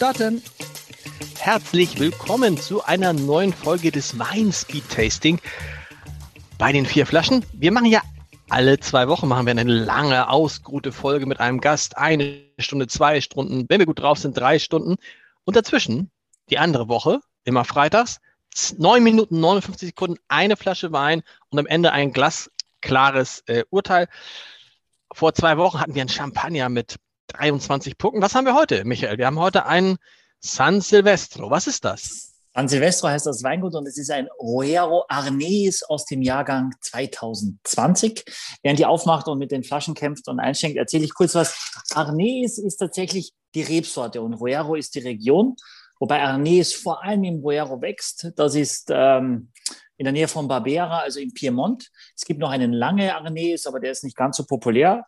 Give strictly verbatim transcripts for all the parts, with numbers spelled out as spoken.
starten. Herzlich willkommen zu einer neuen Folge des Wein Speed Tasting bei den vier Flaschen. Wir machen ja alle zwei Wochen machen wir eine lange, ausgeruhte Folge mit einem Gast. Eine Stunde, zwei Stunden, wenn wir gut drauf sind, drei Stunden. Und dazwischen, die andere Woche, immer freitags, neun Minuten, neunundfünfzig Sekunden, eine Flasche Wein und am Ende ein glasklares äh, Urteil. Vor zwei Wochen hatten wir einen Champagner mit dreiundzwanzig Punkten. Was haben wir heute, Michael? Wir haben heute einen San Silvestro. Was ist das? San Silvestro heißt das Weingut und es ist ein Roero Arneis aus dem Jahrgang zwanzig zwanzig. Während ihr aufmacht und mit den Flaschen kämpft und einschenkt, erzähle ich kurz was. Arneis ist tatsächlich die Rebsorte und Roero ist die Region, wobei Arneis vor allem im Roero wächst. Das ist ähm, in der Nähe von Barbera, also im Piemont. Es gibt noch einen Lange Arneis, aber der ist nicht ganz so populär.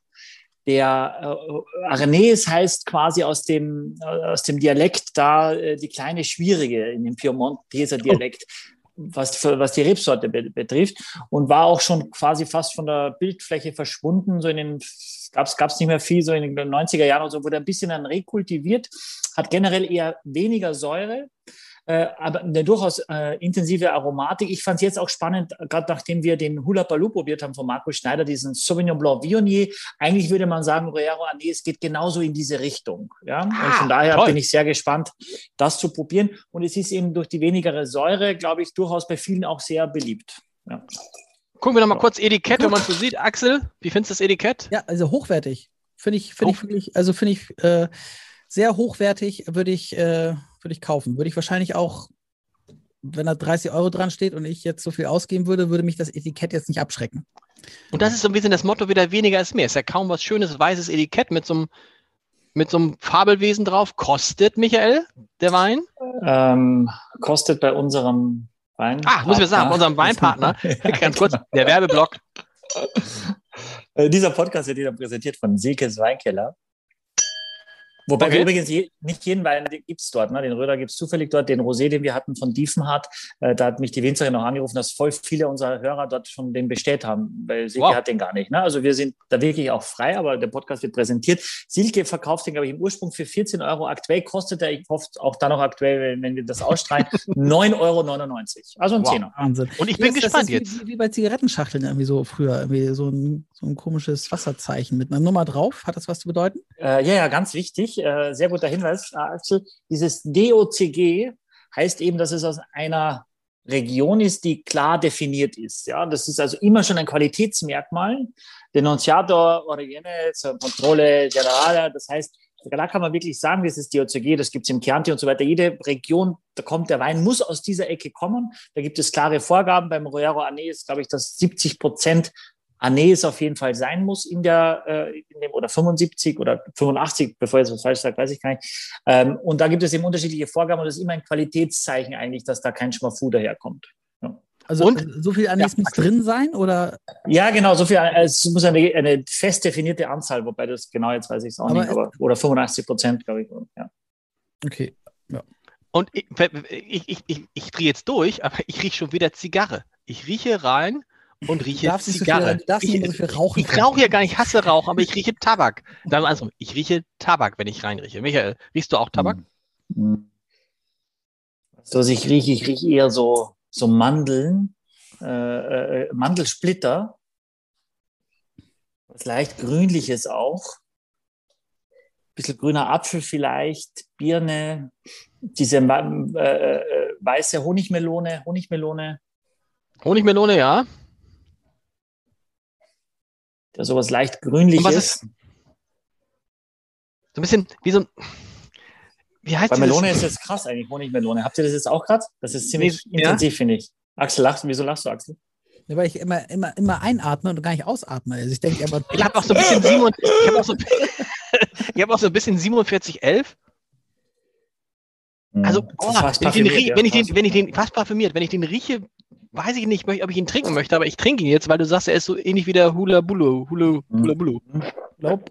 Der äh, Arneis heißt quasi aus dem, äh, aus dem Dialekt da äh, die kleine Schwierige in dem Piemonteser Dialekt, oh. was, was die Rebsorte be- betrifft und war auch schon quasi fast von der Bildfläche verschwunden. So in den gab's gab's nicht mehr viel, so in den neunziger Jahren oder so wurde ein bisschen dann rekultiviert, hat generell eher weniger Säure. Äh, aber eine durchaus äh, intensive Aromatik. Ich fand es jetzt auch spannend, gerade nachdem wir den Hula Baloo probiert haben von Markus Schneider, diesen Sauvignon Blanc Viognier. Eigentlich würde man sagen, Roero Arneis geht genauso in diese Richtung. Ja? Und Ah, von daher toll. bin ich sehr gespannt, das zu probieren. Und es ist eben durch die wenigere Säure, glaube ich, durchaus bei vielen auch sehr beliebt. Ja. Gucken wir noch mal kurz Etikett, wenn man es so sieht. Axel, wie findest du das Etikett? Ja, also hochwertig. Finde ich, finde ich wirklich, also finde ich äh, sehr hochwertig, würde ich, äh, würde ich kaufen. Würde ich wahrscheinlich auch, wenn da dreißig Euro dran steht und ich jetzt so viel ausgeben würde, würde mich das Etikett jetzt nicht abschrecken. Und das ist so ein bisschen das Motto wieder, weniger ist mehr. Ist ja kaum was schönes, weißes Etikett mit so einem, mit so einem Fabelwesen drauf. Kostet, Michael, der Wein? Ähm, kostet bei unserem Wein. Ah, muss ich sagen, bei unserem Weinpartner. Ganz kurz, der Werbeblock. Äh, Dieser Podcast wird wieder präsentiert von Silkes Weinkeller. Wobei Okay. wir übrigens je, nicht jeden Wein gibt es dort. Ne? Den Röder gibt es zufällig dort. Den Rosé, den wir hatten von Diefenhardt, äh, da hat mich die Winzerin noch angerufen, dass voll viele unserer Hörer dort schon den bestellt haben, weil Silke Wow. hat den gar nicht. Ne? Also wir sind da wirklich auch frei, aber der Podcast wird präsentiert. Silke verkauft den, glaube ich, im Ursprung für vierzehn Euro. Aktuell kostet er, ich hoffe auch da noch aktuell, wenn, wenn wir das ausstrahlen, neun Euro neunundneunzig. Also ein Wow. Zehner. Wahnsinn. Und ich bin Das ist- gespannt das ist jetzt. Wie, wie bei Zigarettenschachteln irgendwie so früher, irgendwie so ein, so ein komisches Wasserzeichen mit einer Nummer drauf. Hat das was zu bedeuten? Äh, ja, ja, ganz wichtig. Äh, sehr guter Hinweis, äh, Axel. Dieses D O C G heißt eben, dass es aus einer Region ist, die klar definiert ist. Ja, das ist also immer schon ein Qualitätsmerkmal. Denunciator Origine, Controle Generale. Das heißt, da kann man wirklich sagen, das ist D O C G, das gibt es im Chianti und so weiter. Jede Region, da kommt der Wein, muss aus dieser Ecke kommen. Da gibt es klare Vorgaben. Beim Roero Arneis, glaube ich, dass siebzig Prozent Arneis auf jeden Fall sein muss in der, äh, in dem, oder fünfundsiebzig oder fünfundachtzig, bevor ich jetzt was falsch sage, weiß ich gar nicht. Ähm, und da gibt es eben unterschiedliche Vorgaben und das ist immer ein Qualitätszeichen eigentlich, dass da kein Schmafu daherkommt. Ja. Also Und? äh, so viel Anis muss drin sein oder? Ja, genau, so viel, es muss eine, eine fest definierte Anzahl, wobei das genau, jetzt weiß ich es auch Aber nicht, aber, oder fünfundachtzig Prozent, glaube ich. Ja. Okay. Ja. Und ich, ich, ich, ich, ich drehe jetzt durch, aber ich rieche schon wieder Zigarre. Ich rieche rein und Du rieche darfst nicht so Zigarre. viel, du darfst ich, nicht so viel rauchen. ich rauche ja gar nicht, ich hasse Rauch, aber ich rieche Tabak. Dann andersrum, ich rieche Tabak, wenn ich reinrieche. Michael, riechst du auch Tabak? Mhm. So, was ich rieche, ich rieche eher so, so Mandeln, äh, äh, Mandelsplitter, was leicht Grünliches auch, bisschen grüner Apfel vielleicht, Birne, diese äh, äh, weiße Honigmelone, Honigmelone, Honigmelone, ja. ja, sowas leicht Und was Grünliches. ist- So ein bisschen wie so ein. Wie heißt Bei dieses- Melone ist jetzt krass eigentlich, Honigmelone. Habt ihr das jetzt auch gerade? Das ist ziemlich Nee, ja. intensiv, finde ich. Axel lacht. Wieso lachst du, Axel? Ja, weil ich immer, immer, immer einatme und gar nicht ausatme. Also ich denke aber, Ich habe auch so ein bisschen Simon, ich habe auch so, ich habe auch so ein bisschen siebenundvierzig elf. Also, Mhm. oh, Fast wenn, ich den, parfümiert, rie- ja, wenn ich den, fast. wenn ich den, fast parfümiert, wenn ich den rieche, weiß ich nicht, ob ich ihn trinken möchte, aber ich trinke ihn jetzt, weil du sagst, er ist so ähnlich wie der Hula Bulu, Hula, Mhm. Hula Bulu. glaub,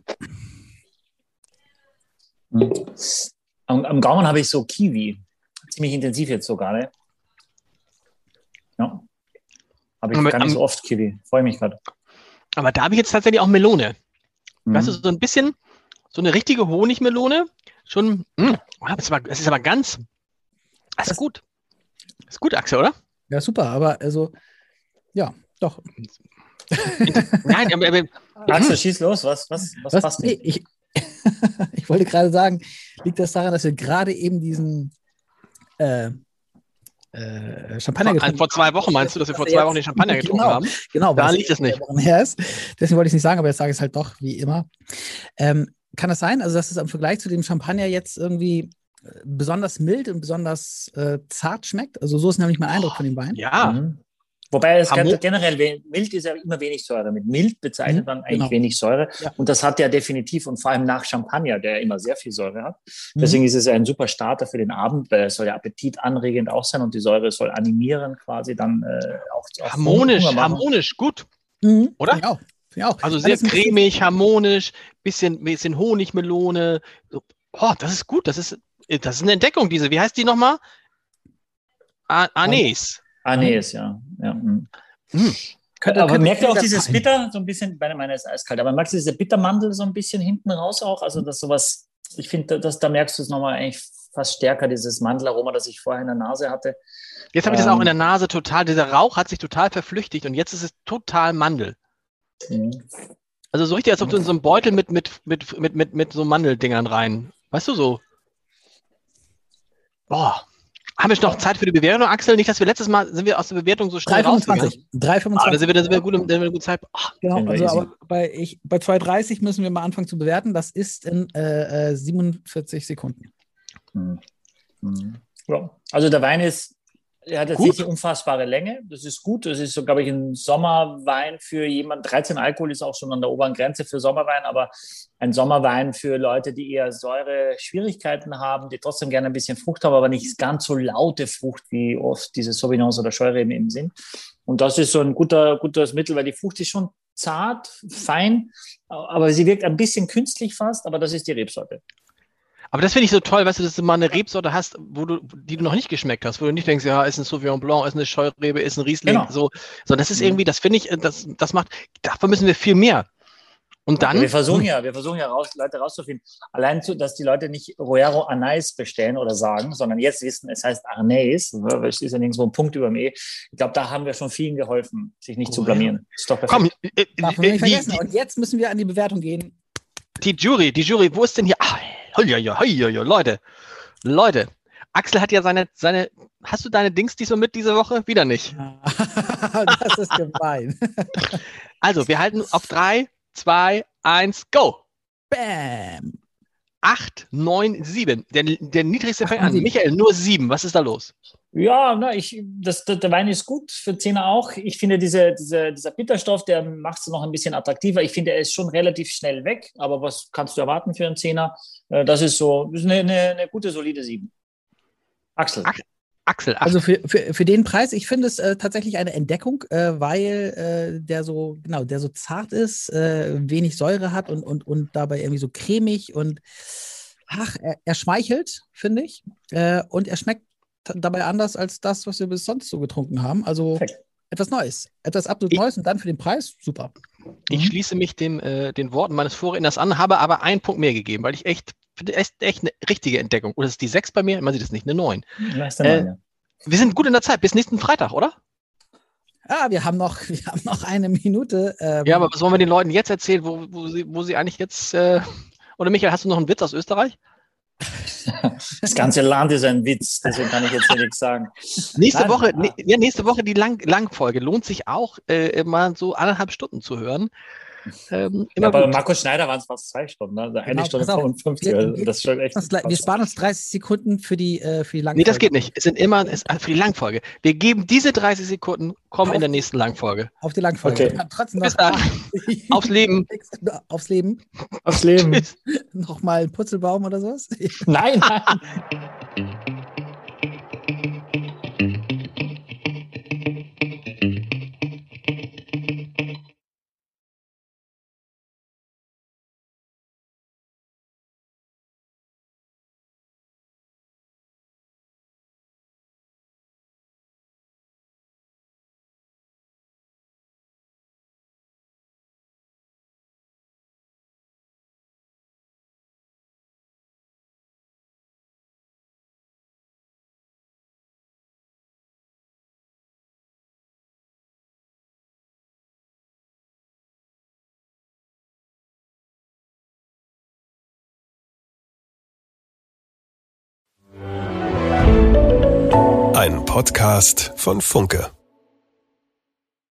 Mhm. Am, am Gaumen habe ich so Kiwi. Ziemlich intensiv jetzt sogar, ne? Ja. Habe ich Aber gar nicht am- so oft Kiwi. Freue mich gerade. Aber da habe ich jetzt tatsächlich auch Melone. Mhm. Weißt du, so ein bisschen, so eine richtige Honigmelone, schon, mh, das ist aber, das ist aber ganz, das ist Das- gut. Das ist gut, Axel, oder? Ja, super, aber also, ja, doch. Nein, aber, aber Axel, schieß los, was, was, was, Was? passt Nee, nicht? ich, ich wollte gerade sagen, liegt das daran, dass wir gerade eben diesen äh, äh, Champagner vor, getrunken vor zwei Wochen meinst du, dass wir vor zwei Wochen den Champagner getrunken genau, haben? genau, Da weil liegt es nicht. Wochen her ist. Deswegen wollte ich es nicht sagen, aber jetzt sage ich es halt doch, wie immer. Ähm, kann das sein, also dass es im Vergleich zu dem Champagner jetzt irgendwie äh, besonders mild und besonders äh, zart schmeckt? Also so ist nämlich mein Eindruck von dem Wein. Ja, Mhm. Wobei es Hamo- generell, we- mild ist ja immer wenig Säure. Mit mild bezeichnet Mhm, man eigentlich genau. wenig Säure. Ja. Und das hat ja definitiv, und vor allem nach Champagner, der immer sehr viel Säure hat. Mhm. Deswegen ist es ein super Starter für den Abend, weil es soll ja appetitanregend auch sein und die Säure soll animieren quasi dann äh, auch, auch harmonisch, Hunger machen. harmonisch, gut, Mhm, oder? finde ich auch. Finde ich auch. Also Weil sehr das ein bisschen- cremig, harmonisch, bisschen, bisschen Honigmelone. So, oh, das ist gut, das ist, das ist eine Entdeckung, diese, wie heißt die nochmal? A- Anis. Anis, ja. ja. mhm. Hm. Könnte- Aber könnte merkt ihr auch viel dieses sein. Bitter so ein bisschen, bei meiner ist eiskalt, aber merkst du diese Bittermandel so ein bisschen hinten raus auch? Also das sowas, ich finde, dass da merkst du es nochmal eigentlich fast stärker, dieses Mandelaroma, das ich vorher in der Nase hatte. Jetzt habe ich das auch in der Ähm, Nase total, dieser Rauch hat sich total verflüchtigt und jetzt ist es total Mandel. mhm. Also so richtig, als ob du in so einen Beutel mit, mit, mit, mit, mit, mit so Mandeldingern rein. Weißt du so? Boah. Haben wir noch Zeit für die Bewertung, Axel? Nicht, dass wir letztes Mal sind wir aus der Bewertung so schnell drei Komma fünfundzwanzig. rausgegangen. drei Komma Ah, da fünfundzwanzig. sind wir, da sind wir gut, da sind wir gut Zeit. Ah, Genau, Finden wir also easy. aber bei, ich, bei zwei Komma dreißig müssen wir mal anfangen zu bewerten. Das ist in äh, äh, siebenundvierzig Sekunden. Mhm. Mhm. Ja. Also der Wein ist, er hat jetzt Gut. nicht die unfassbare Länge. Das ist gut. Das ist so, glaube ich, ein Sommerwein für jemanden. dreizehn Alkohol ist auch schon an der oberen Grenze für Sommerwein, aber ein Sommerwein für Leute, die eher Säure-Schwierigkeiten haben, die trotzdem gerne ein bisschen Frucht haben, aber nicht ganz so laute Frucht, wie oft diese Sauvignons oder Scheureben eben sind. Und das ist so ein guter, gutes Mittel, weil die Frucht ist schon zart, fein, aber sie wirkt ein bisschen künstlich fast, aber das ist die Rebsorte. Aber das finde ich so toll, weißt du, dass du mal eine Rebsorte hast, wo du, die du noch nicht geschmeckt hast, wo du nicht denkst, ja, ist ein Sauvignon Blanc, ist eine Scheurebe, ist ein Riesling, Genau. so. So, das ist Mhm. irgendwie, das finde ich, das, das macht, davon müssen wir viel mehr. Und dann, Ja, wir versuchen ja, wir versuchen ja raus, Leute rauszufinden. Allein, zu, dass die Leute nicht Roero Anais bestellen oder sagen, sondern jetzt wissen, es heißt Arnais. Es ist ja nirgendwo ein Punkt über dem E. Ich glaube, da haben wir schon vielen geholfen, sich nicht zu Roero. blamieren. Ist doch perfekt. komm, äh, Darf man nicht äh, vergessen. die, Und jetzt müssen wir an die Bewertung gehen. die Jury, die Jury, wo ist denn hier? Ah, ja, ja, ja, ja, Leute, Leute, Axel hat ja seine, seine, hast du deine Dings diesmal mit diese Woche? Wieder nicht. Das ist gemein. Also, wir halten auf drei, zwei, eins, go! Bam. acht, neun, sieben. Der, der niedrigste fängt acht, neun, an. sieben. Michael, nur sieben. Was ist da los? Ja, na, ich, das, der Wein ist gut, für Zehner auch. Ich finde, diese, diese, dieser Bitterstoff, der macht es noch ein bisschen attraktiver. Ich finde, er ist schon relativ schnell weg, aber was kannst du erwarten für einen Zehner? Äh, Das ist so das ist eine, eine, eine gute, solide sieben. Axel. Ach, Axel, acht. Also für, für, für den Preis, ich finde es äh, tatsächlich eine Entdeckung, äh, weil äh, der so, genau, der so zart ist, äh, wenig Säure hat und, und, und dabei irgendwie so cremig und ach, er, er schmeichelt, finde ich. Äh, und er schmeckt t- dabei anders als das, was wir bis sonst so getrunken haben. Also Perfekt. etwas Neues. Etwas absolut Ich- Neues und dann für den Preis super. Ich Mhm. schließe mich dem, äh, den Worten meines Vorredners an, habe aber einen Punkt mehr gegeben, weil ich echt, finde, echt, echt eine richtige Entdeckung. Oder ist die sechs bei mir? Man sieht es nicht, eine neun. Na, ist der Äh, Neun, ja. Wir sind gut in der Zeit, bis nächsten Freitag, oder? Ah, wir haben noch, wir haben noch eine Minute. Ähm, Ja, aber was wollen wir den Leuten jetzt erzählen, wo, wo, sie, wo sie eigentlich jetzt. Äh, oder Michael, hast du noch einen Witz aus Österreich? Das ganze Land ist ein Witz, deswegen kann ich jetzt hier nichts sagen. Nächste Nein, Woche, ah. ne, ja, nächste Woche die Lang Langfolge. Lohnt sich auch, äh, mal so anderthalb Stunden zu hören. Ähm, Ja, immer bei gut. Markus Schneider waren es fast zwei Stunden, ne? Also eine Genau, Stunde pass auf. fünfundfünfzig. Wir- Also wir- das ist schon echt. das, wir krass. sparen uns dreißig Sekunden für die, äh, für die Nee, Langfolge. das geht nicht. Es sind immer es, für die Langfolge. Wir geben diese dreißig Sekunden, kommen Auf in der die- nächsten Langfolge. Auf die Langfolge. Okay. Wir haben trotzdem Bis noch dann. Aufs Leben. Aufs Leben. Aufs Leben. Tschüss. Nochmal ein Putzelbaum oder sowas. Nein, nein. Ein Podcast von Funke.